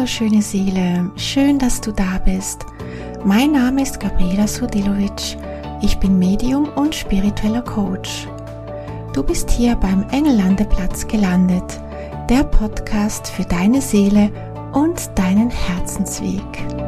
wunderschöne Seele, schön, dass du da bist. Mein Name ist Gabriela Surdilovic, ich bin Medium und spiritueller Coach. Du bist hier beim Engellandeplatz gelandet, der Podcast für deine Seele und deinen Herzensweg.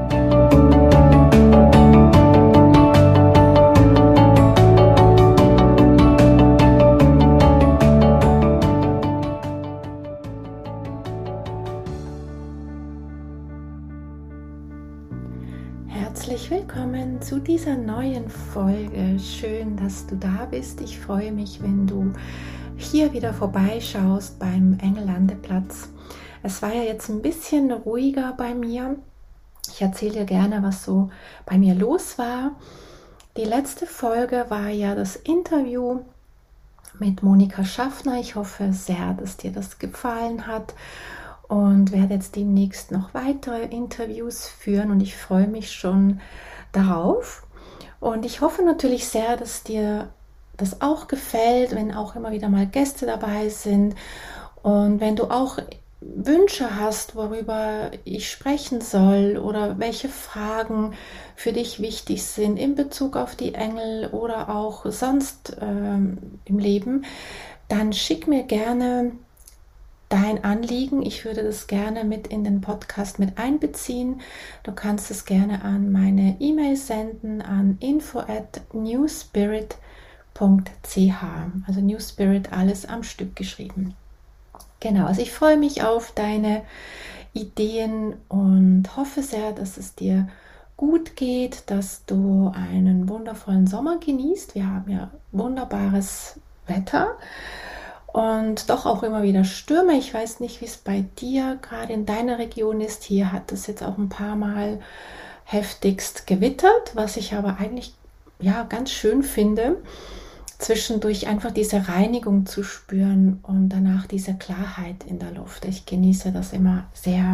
Herzlich willkommen zu dieser neuen Folge. Schön, dass du da bist. Ich freue mich, wenn du hier wieder vorbeischaust beim Engellandeplatz. Es war ja jetzt ein bisschen ruhiger bei mir. Ich erzähle dir gerne, was so bei mir los war. Die letzte Folge war ja das Interview mit Monika Schaffner. Ich hoffe sehr, dass dir das gefallen hat. Und werde jetzt demnächst noch weitere Interviews führen und ich freue mich schon darauf. Und ich hoffe natürlich sehr, dass dir das auch gefällt, wenn auch immer wieder mal Gäste dabei sind. Und wenn du auch Wünsche hast, worüber ich sprechen soll oder welche Fragen für dich wichtig sind in Bezug auf die Engel oder auch sonst im Leben, dann schick mir gerne dein Anliegen. Ich würde das gerne mit in den Podcast mit einbeziehen. Du kannst es gerne an meine E-Mail senden an info@newspirit.ch. Also New Spirit, alles am Stück geschrieben. Genau, also ich freue mich auf deine Ideen und hoffe sehr, dass es dir gut geht, dass du einen wundervollen Sommer genießt. Wir haben ja wunderbares Wetter. Und doch auch immer wieder Stürme. Ich weiß nicht, wie es bei dir gerade in deiner Region ist. Hier hat es jetzt auch ein paar Mal heftigst gewittert, was ich aber eigentlich ja ganz schön finde, zwischendurch einfach diese Reinigung zu spüren und danach diese Klarheit in der Luft. Ich genieße das immer sehr.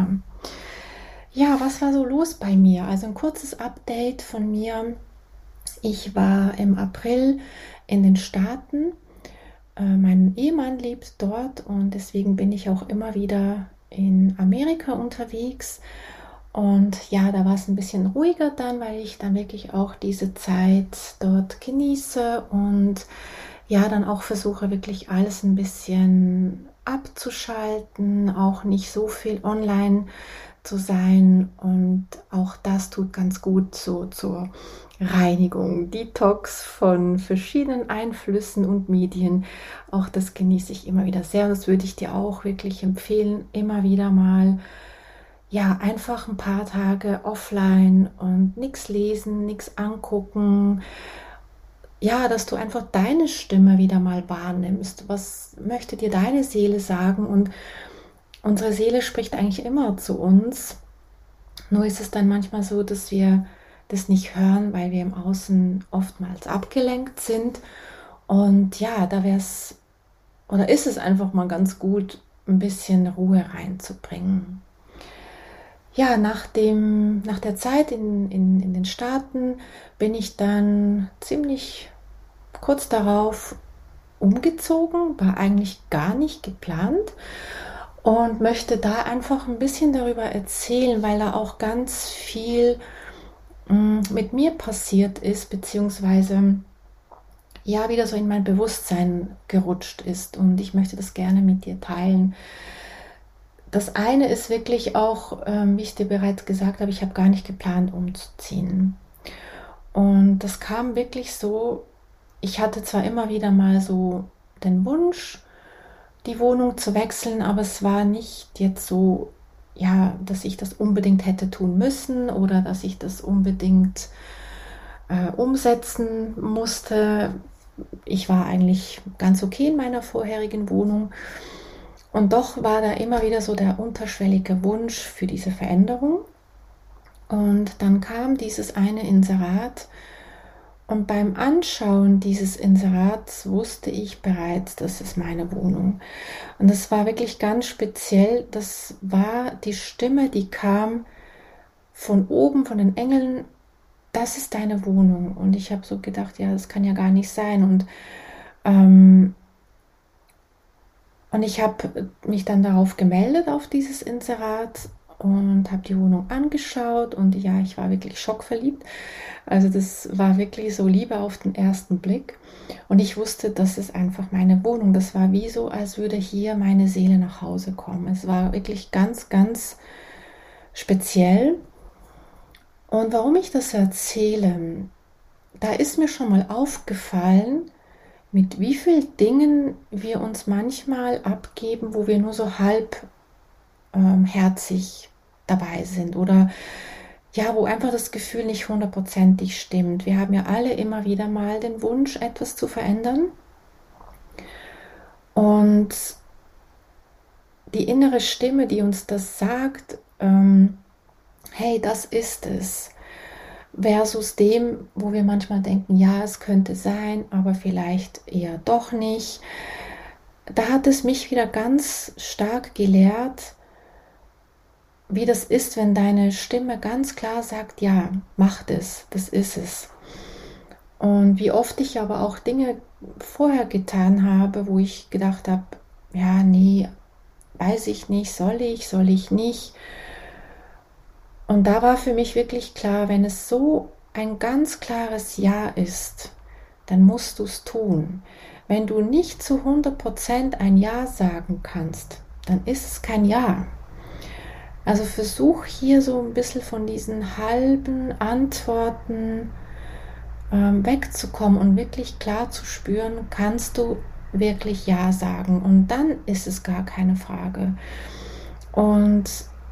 Ja, was war so los bei mir? Also ein kurzes Update von mir. Ich war im April in den Staaten. Mein Ehemann lebt dort und deswegen bin ich auch immer wieder in Amerika unterwegs. Und ja, da war es ein bisschen ruhiger dann, weil ich dann wirklich auch diese Zeit dort genieße und ja, dann auch versuche wirklich alles ein bisschen abzuschalten, auch nicht so viel online zu sein. Und auch das tut ganz gut so zur Reinigung, Detox von verschiedenen Einflüssen und Medien. Auch das genieße ich immer wieder sehr. Das würde ich dir auch wirklich empfehlen, immer wieder mal, ja, einfach ein paar Tage offline und nichts lesen, nichts angucken. Ja, dass du einfach deine Stimme wieder mal wahrnimmst. Was möchte dir deine Seele sagen? Und unsere Seele spricht eigentlich immer zu uns. Nur ist es dann manchmal so, dass wir das nicht hören, weil wir im Außen oftmals abgelenkt sind. Und ja, da wäre es, oder ist es einfach mal ganz gut, ein bisschen Ruhe reinzubringen. Ja, nach der Zeit in den Staaten bin ich dann ziemlich kurz darauf umgezogen, war eigentlich gar nicht geplant und möchte da einfach ein bisschen darüber erzählen, weil da auch ganz viel mit mir passiert ist, beziehungsweise ja wieder so in mein Bewusstsein gerutscht ist und ich möchte das gerne mit dir teilen. Das eine ist wirklich auch, wie ich dir bereits gesagt habe, ich habe gar nicht geplant umzuziehen und das kam wirklich so, ich hatte zwar immer wieder mal so den Wunsch, die Wohnung zu wechseln, aber es war nicht jetzt so, ja, dass ich das unbedingt hätte tun müssen oder dass ich das unbedingt umsetzen musste. Ich war eigentlich ganz okay in meiner vorherigen Wohnung und doch war da immer wieder so der unterschwellige Wunsch für diese Veränderung. Und dann kam dieses eine Inserat und beim Anschauen dieses Inserats wusste ich bereits, das ist meine Wohnung. Und das war wirklich ganz speziell. Das war die Stimme, die kam von oben, von den Engeln. Das ist deine Wohnung. Und ich habe so gedacht, ja, das kann ja gar nicht sein. Und ich habe mich dann darauf gemeldet, auf dieses Inserat. und habe die Wohnung angeschaut und ja, ich war wirklich schockverliebt. Also das war wirklich so Liebe auf den ersten Blick und ich wusste, das ist einfach meine Wohnung. Das war wie so, als würde hier meine Seele nach Hause kommen. Es war wirklich ganz, ganz speziell. Und warum ich das erzähle, da ist mir schon mal aufgefallen, mit wie vielen Dingen wir uns manchmal abgeben, wo wir nur so halbherzig dabei sind oder ja, wo einfach das Gefühl nicht hundertprozentig stimmt. Wir haben ja alle immer wieder mal den Wunsch, etwas zu verändern. Und die innere Stimme, die uns das sagt, hey, das ist es, versus dem, wo wir manchmal denken, ja, es könnte sein, aber vielleicht eher doch nicht. Da hat es mich wieder ganz stark gelehrt, wie das ist, wenn deine Stimme ganz klar sagt, ja, mach das ist es. Und wie oft ich aber auch Dinge vorher getan habe, wo ich gedacht habe, ja, nee, weiß ich nicht, soll ich nicht. Und da war für mich wirklich klar, wenn es so ein ganz klares Ja ist, dann musst du es tun. Wenn du nicht zu 100% ein Ja sagen kannst, dann ist es kein Ja. Also versuch hier so ein bisschen von diesen halben Antworten wegzukommen und wirklich klar zu spüren, kannst du wirklich Ja sagen. Und dann ist es gar keine Frage. Und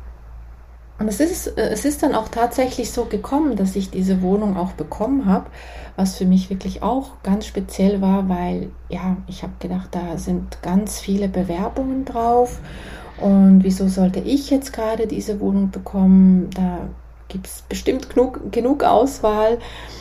es ist dann auch tatsächlich so gekommen, dass ich diese Wohnung auch bekommen habe, was für mich wirklich auch ganz speziell war, weil ja, ich habe gedacht, da sind ganz viele Bewerbungen drauf und wieso sollte ich jetzt gerade diese Wohnung bekommen? Da gibt es bestimmt genug Auswahl.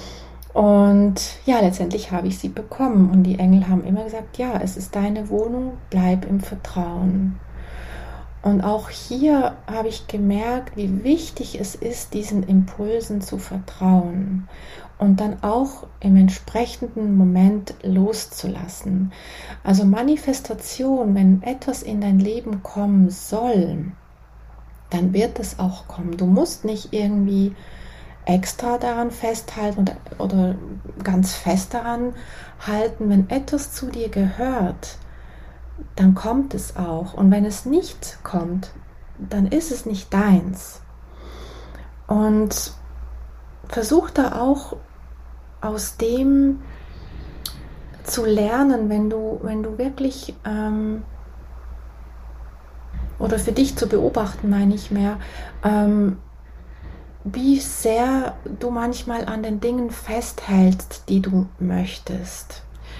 Und ja, letztendlich habe ich sie bekommen und die Engel haben immer gesagt, ja, es ist deine Wohnung, bleib im Vertrauen. Und auch hier habe ich gemerkt, wie wichtig es ist, diesen Impulsen zu vertrauen und dann auch im entsprechenden Moment loszulassen. Also Manifestation, wenn etwas in dein Leben kommen soll, dann wird es auch kommen. Du musst nicht irgendwie extra daran festhalten oder ganz fest daran halten, wenn etwas zu dir gehört, dann kommt es auch. Und wenn es nicht kommt, dann ist es nicht deins. Und versuch da auch aus dem zu lernen, wenn du wirklich oder für dich zu beobachten, meine ich mehr, wie sehr du manchmal an den Dingen festhältst, die du möchtest.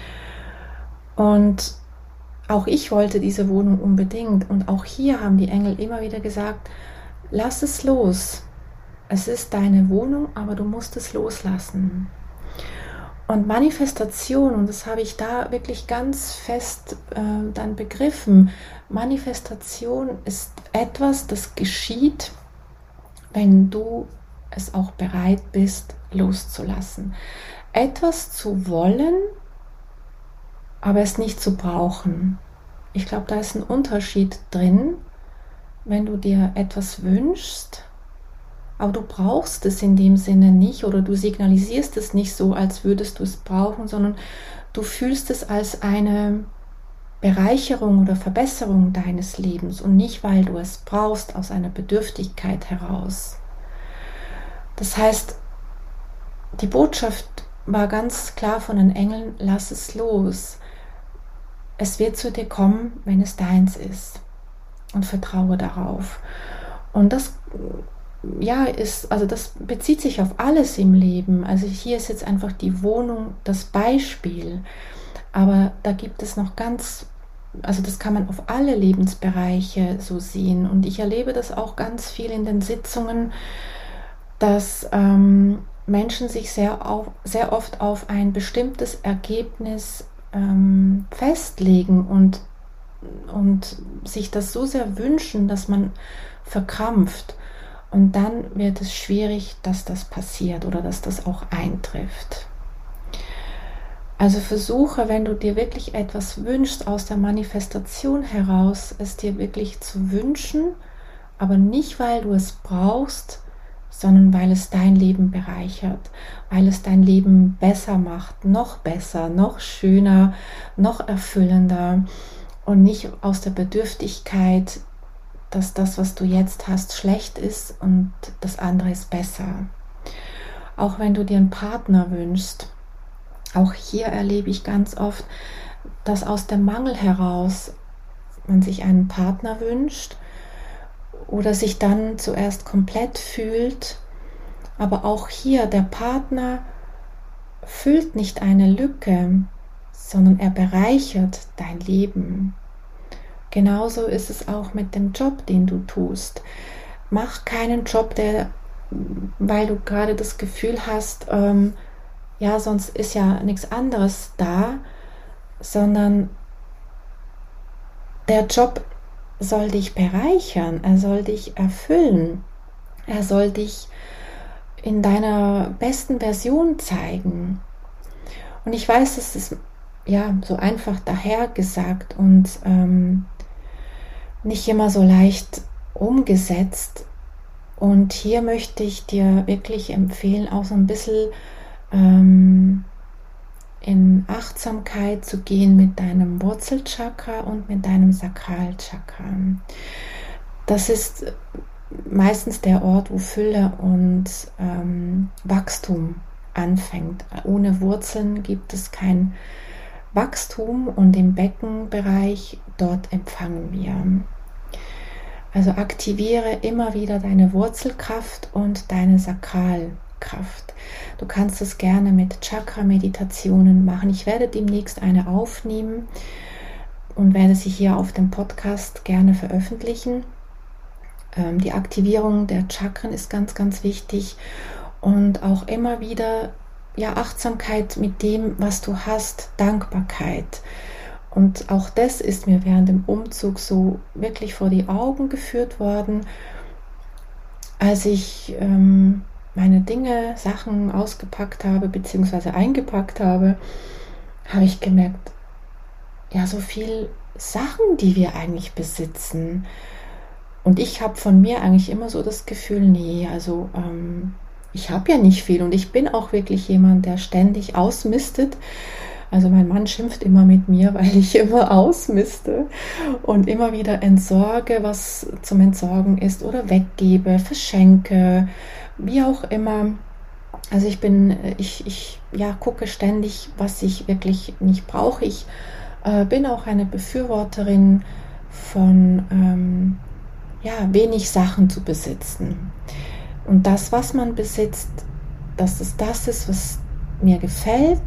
Und auch ich wollte diese Wohnung unbedingt und auch hier haben die Engel immer wieder gesagt, lass es los. Es ist deine Wohnung, aber du musst es loslassen. Und Manifestation, und das habe ich da wirklich ganz fest dann begriffen, Manifestation ist etwas, das geschieht, wenn du es auch bereit bist, loszulassen. Etwas zu wollen, aber es nicht zu brauchen. Ich glaube, da ist ein Unterschied drin, wenn du dir etwas wünschst, aber du brauchst es in dem Sinne nicht oder du signalisierst es nicht so, als würdest du es brauchen, sondern du fühlst es als eine Bereicherung oder Verbesserung deines Lebens und nicht, weil du es brauchst aus einer Bedürftigkeit heraus. Das heißt, die Botschaft war ganz klar von den Engeln, lass es los. Es wird zu dir kommen, wenn es deins ist. Und vertraue darauf. Und das das bezieht sich auf alles im Leben. Also hier ist jetzt einfach die Wohnung das Beispiel. Aber da gibt es noch das kann man auf alle Lebensbereiche so sehen. Und ich erlebe das auch ganz viel in den Sitzungen, dass Menschen sich sehr oft auf ein bestimmtes Ergebnis festlegen und sich das so sehr wünschen, dass man verkrampft. Und dann wird es schwierig, dass das passiert oder dass das auch eintrifft. Also versuche, wenn du dir wirklich etwas wünschst aus der Manifestation heraus, es dir wirklich zu wünschen, aber nicht, weil du es brauchst, sondern weil es dein Leben bereichert, weil es dein Leben besser macht, besser, noch schöner, noch erfüllender und nicht aus der Bedürftigkeit, dass das, was du jetzt hast, schlecht ist und das andere ist besser. Auch wenn du dir einen Partner wünschst, auch hier erlebe ich ganz oft, dass aus dem Mangel heraus man sich einen Partner wünscht oder sich dann zuerst komplett fühlt. Aber auch hier, der Partner füllt nicht eine Lücke, sondern er bereichert dein Leben. Genauso ist es auch mit dem Job, den du tust. Mach keinen Job, weil du gerade das Gefühl hast, ja, sonst ist ja nichts anderes da, sondern der Job soll dich bereichern, er soll dich erfüllen, er soll dich in deiner besten Version zeigen. Und ich weiß, es ist ja so einfach dahergesagt und nicht immer so leicht umgesetzt. Und hier möchte ich dir wirklich empfehlen, auch so ein bisschen in Achtsamkeit zu gehen mit deinem Wurzelchakra und mit deinem Sakralchakra. Das ist meistens der Ort, wo Fülle und Wachstum anfängt. Ohne Wurzeln gibt es kein Wachstum und im Beckenbereich, dort empfangen wir. Also aktiviere immer wieder deine Wurzelkraft und deine Sakralkraft. Du kannst es gerne mit Chakra-Meditationen machen. Ich werde demnächst eine aufnehmen und werde sie hier auf dem Podcast gerne veröffentlichen. Die Aktivierung der Chakren ist ganz, ganz wichtig und auch immer wieder Achtsamkeit mit dem, was du hast, Dankbarkeit. Und auch das ist mir während dem Umzug so wirklich vor die Augen geführt worden, als ich meine Dinge, Sachen ausgepackt habe bzw. eingepackt habe, habe ich gemerkt, ja, so viel Sachen, die wir eigentlich besitzen. Und ich habe von mir eigentlich immer so das Gefühl, nee, also ich habe ja nicht viel und ich bin auch wirklich jemand, der ständig ausmistet. Also mein Mann schimpft immer mit mir, weil ich immer ausmiste und immer wieder entsorge, was zum Entsorgen ist oder weggebe, verschenke, wie auch immer. Also ich gucke ständig, was ich wirklich nicht brauche. Ich bin auch eine Befürworterin von wenig Sachen zu besitzen. Und das, was man besitzt, dass es das ist, was mir gefällt,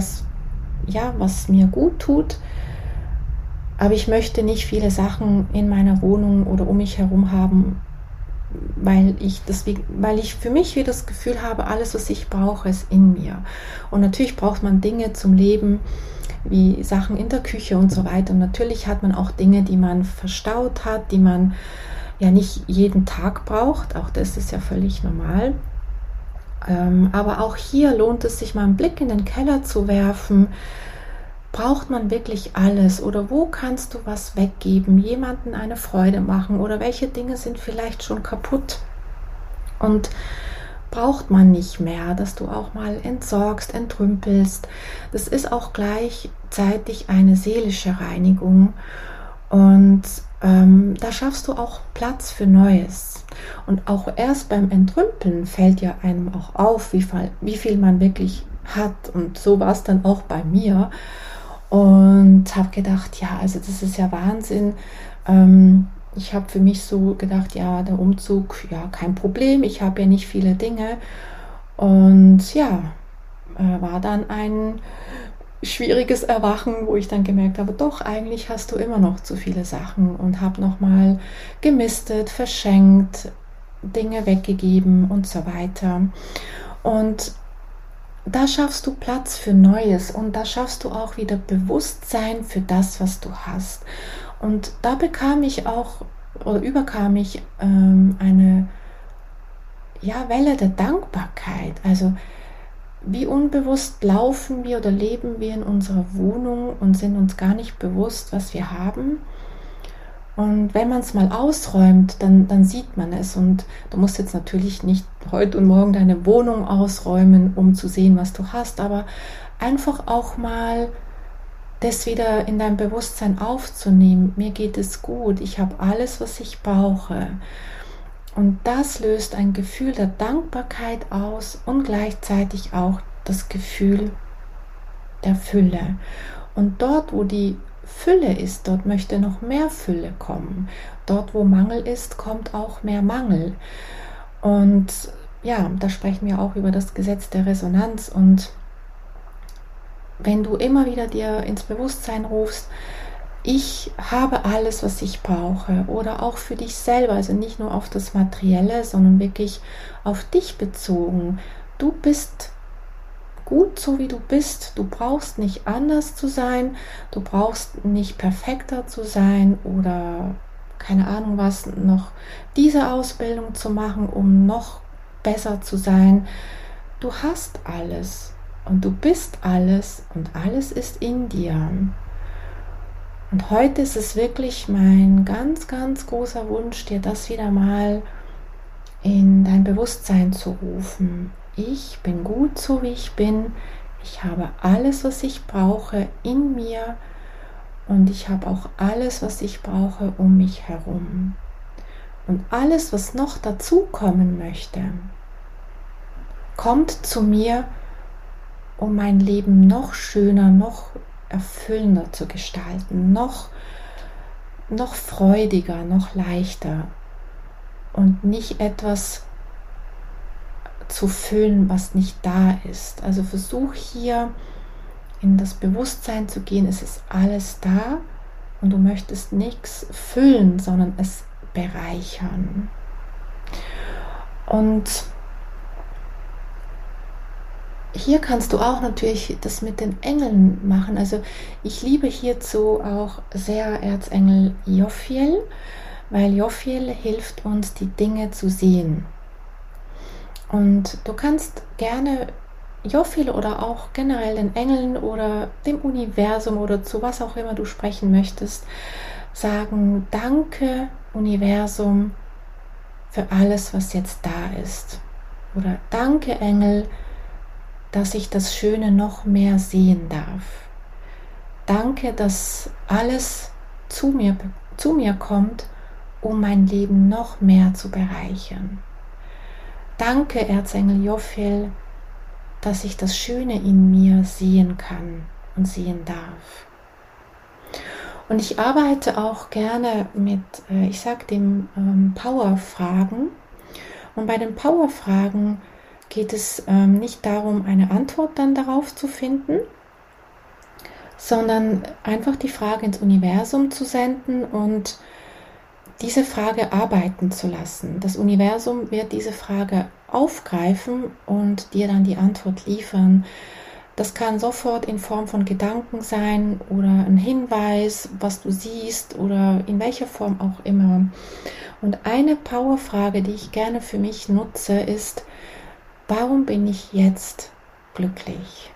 was mir gut tut. Aber ich möchte nicht viele Sachen in meiner Wohnung oder um mich herum haben, weil ich für mich wieder das Gefühl habe, alles, was ich brauche, ist in mir. Und natürlich braucht man Dinge zum Leben, wie Sachen in der Küche und so weiter. Und natürlich hat man auch Dinge, die man verstaut hat, die man ja nicht jeden Tag braucht. Auch das ist ja völlig normal. Aber auch hier lohnt es sich mal einen Blick in den Keller zu werfen. Braucht man wirklich alles oder wo kannst du was weggeben, jemanden eine Freude machen oder welche Dinge sind vielleicht schon kaputt und braucht man nicht mehr, dass du auch mal entsorgst, entrümpelst. Das ist auch gleichzeitig eine seelische Reinigung und da schaffst du auch Platz für Neues. Und auch erst beim Entrümpeln fällt ja einem auch auf, wie viel man wirklich hat. Und so war es dann auch bei mir. Und habe gedacht, ja, also das ist ja Wahnsinn. Ich habe für mich so gedacht, ja, der Umzug, ja, kein Problem. Ich habe ja nicht viele Dinge. Und ja, war dann ein schwieriges Erwachen, wo ich dann gemerkt habe, doch, eigentlich hast du immer noch zu viele Sachen und habe nochmal gemistet, verschenkt, Dinge weggegeben und so weiter. Und da schaffst du Platz für Neues und da schaffst du auch wieder Bewusstsein für das, was du hast. Und da überkam ich eine Welle der Dankbarkeit. Also wie unbewusst laufen wir oder leben wir in unserer Wohnung und sind uns gar nicht bewusst, was wir haben. Und wenn man es mal ausräumt, dann sieht man es. Und du musst jetzt natürlich nicht heute und morgen deine Wohnung ausräumen, um zu sehen, was du hast, aber einfach auch mal das wieder in dein Bewusstsein aufzunehmen. Mir geht es gut, ich habe alles, was ich brauche. Und das löst ein Gefühl der Dankbarkeit aus und gleichzeitig auch das Gefühl der Fülle. Und dort, wo die Fülle ist, dort möchte noch mehr Fülle kommen. Dort, wo Mangel ist, kommt auch mehr Mangel. Und ja, da sprechen wir auch über das Gesetz der Resonanz. Und wenn du immer wieder dir ins Bewusstsein rufst, ich habe alles, was ich brauche, oder auch für dich selber, also nicht nur auf das Materielle, sondern wirklich auf dich bezogen. Du bist gut so, wie du bist. Du brauchst nicht anders zu sein, du brauchst nicht perfekter zu sein oder keine Ahnung was, noch diese Ausbildung zu machen, um noch besser zu sein. Du hast alles und du bist alles und alles ist in dir. Und heute ist es wirklich mein ganz, ganz großer Wunsch, dir das wieder mal in dein Bewusstsein zu rufen. Ich bin gut so, wie ich bin. Ich habe alles, was ich brauche in mir und ich habe auch alles, was ich brauche um mich herum. Und alles, was noch dazu kommen möchte, kommt zu mir, um mein Leben noch schöner, noch erfüllender zu gestalten, noch freudiger, noch leichter und nicht etwas zu füllen, was nicht da ist. Also versuch hier in das Bewusstsein zu gehen, es ist alles da und du möchtest nichts füllen, sondern es bereichern. Und hier kannst du auch natürlich das mit den Engeln machen. Also ich liebe hierzu auch sehr Erzengel Jophiel, weil Jophiel hilft uns, die Dinge zu sehen. Und du kannst gerne Jophiel oder auch generell den Engeln oder dem Universum oder zu was auch immer du sprechen möchtest, sagen: Danke Universum für alles, was jetzt da ist. Oder danke Engel, dass ich das Schöne noch mehr sehen darf. Danke, dass alles zu mir kommt, um mein Leben noch mehr zu bereichern. Danke, Erzengel Jophiel, dass ich das Schöne in mir sehen kann und sehen darf. Und ich arbeite auch gerne mit, ich sage dem Power-Fragen. Und bei den Power-Fragen geht es nicht darum, eine Antwort dann darauf zu finden, sondern einfach die Frage ins Universum zu senden und diese Frage arbeiten zu lassen. Das Universum wird diese Frage aufgreifen und dir dann die Antwort liefern. Das kann sofort in Form von Gedanken sein oder ein Hinweis, was du siehst oder in welcher Form auch immer. Und eine Powerfrage, die ich gerne für mich nutze, ist: Warum bin ich jetzt glücklich?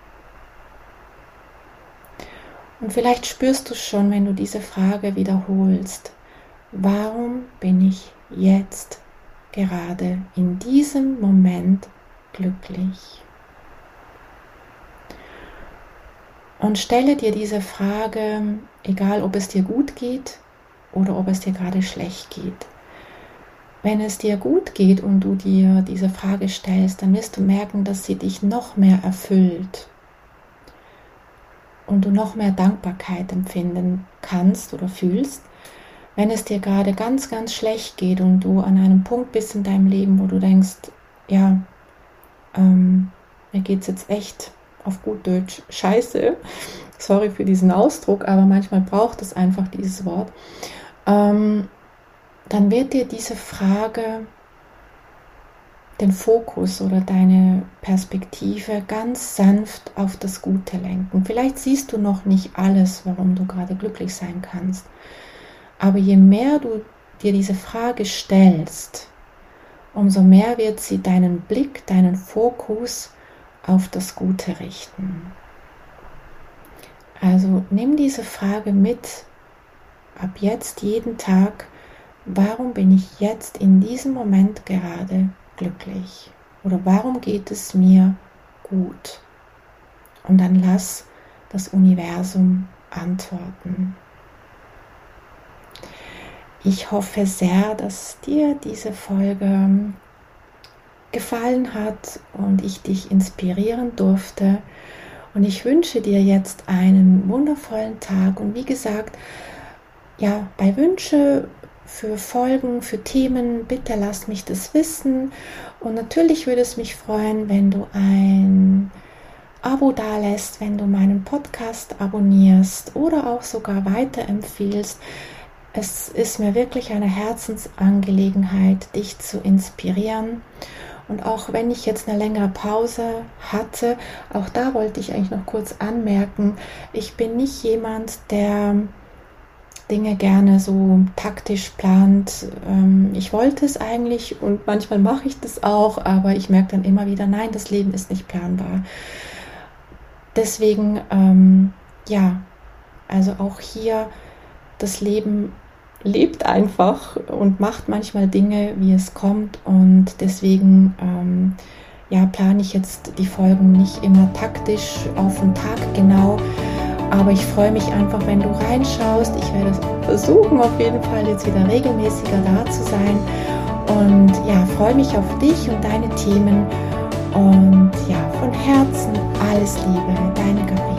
Und vielleicht spürst du schon, wenn du diese Frage wiederholst: Warum bin ich jetzt gerade in diesem Moment glücklich? Und stelle dir diese Frage, egal ob es dir gut geht oder ob es dir gerade schlecht geht. Wenn es dir gut geht und du dir diese Frage stellst, dann wirst du merken, dass sie dich noch mehr erfüllt und du noch mehr Dankbarkeit empfinden kannst oder fühlst. Wenn es dir gerade ganz, ganz schlecht geht und du an einem Punkt bist in deinem Leben, wo du denkst, ja, mir geht es jetzt echt auf gut Deutsch scheiße, sorry für diesen Ausdruck, aber manchmal braucht es einfach dieses Wort, dann wird dir diese Frage den Fokus oder deine Perspektive ganz sanft auf das Gute lenken. Vielleicht siehst du noch nicht alles, warum du gerade glücklich sein kannst. Aber je mehr du dir diese Frage stellst, umso mehr wird sie deinen Blick, deinen Fokus auf das Gute richten. Also nimm diese Frage mit ab jetzt jeden Tag, warum bin ich jetzt in diesem Moment gerade glücklich? Oder warum geht es mir gut? Und dann lass das Universum antworten. Ich hoffe sehr, dass dir diese Folge gefallen hat und ich dich inspirieren durfte. Und ich wünsche dir jetzt einen wundervollen Tag. Und wie gesagt, ja, bei Wünsche für Folgen, für Themen, bitte lass mich das wissen. Und natürlich würde es mich freuen, wenn du ein Abo dalässt, wenn du meinen Podcast abonnierst oder auch sogar weiterempfiehlst. Es ist mir wirklich eine Herzensangelegenheit, dich zu inspirieren. Und auch wenn ich jetzt eine längere Pause hatte, auch da wollte ich eigentlich noch kurz anmerken, ich bin nicht jemand, der Dinge gerne so taktisch plant. Ich wollte es eigentlich und manchmal mache ich das auch, aber ich merke dann immer wieder, nein, das Leben ist nicht planbar. Deswegen, ja, also auch hier, das Leben lebt einfach und macht manchmal Dinge, wie es kommt, und deswegen ja, plane ich jetzt die Folgen nicht immer taktisch auf den Tag genau, aber ich freue mich einfach, wenn du reinschaust. Ich werde versuchen, auf jeden Fall jetzt wieder regelmäßiger da zu sein und ja, freue mich auf dich und deine Themen und ja, von Herzen alles Liebe, deine Gabriele.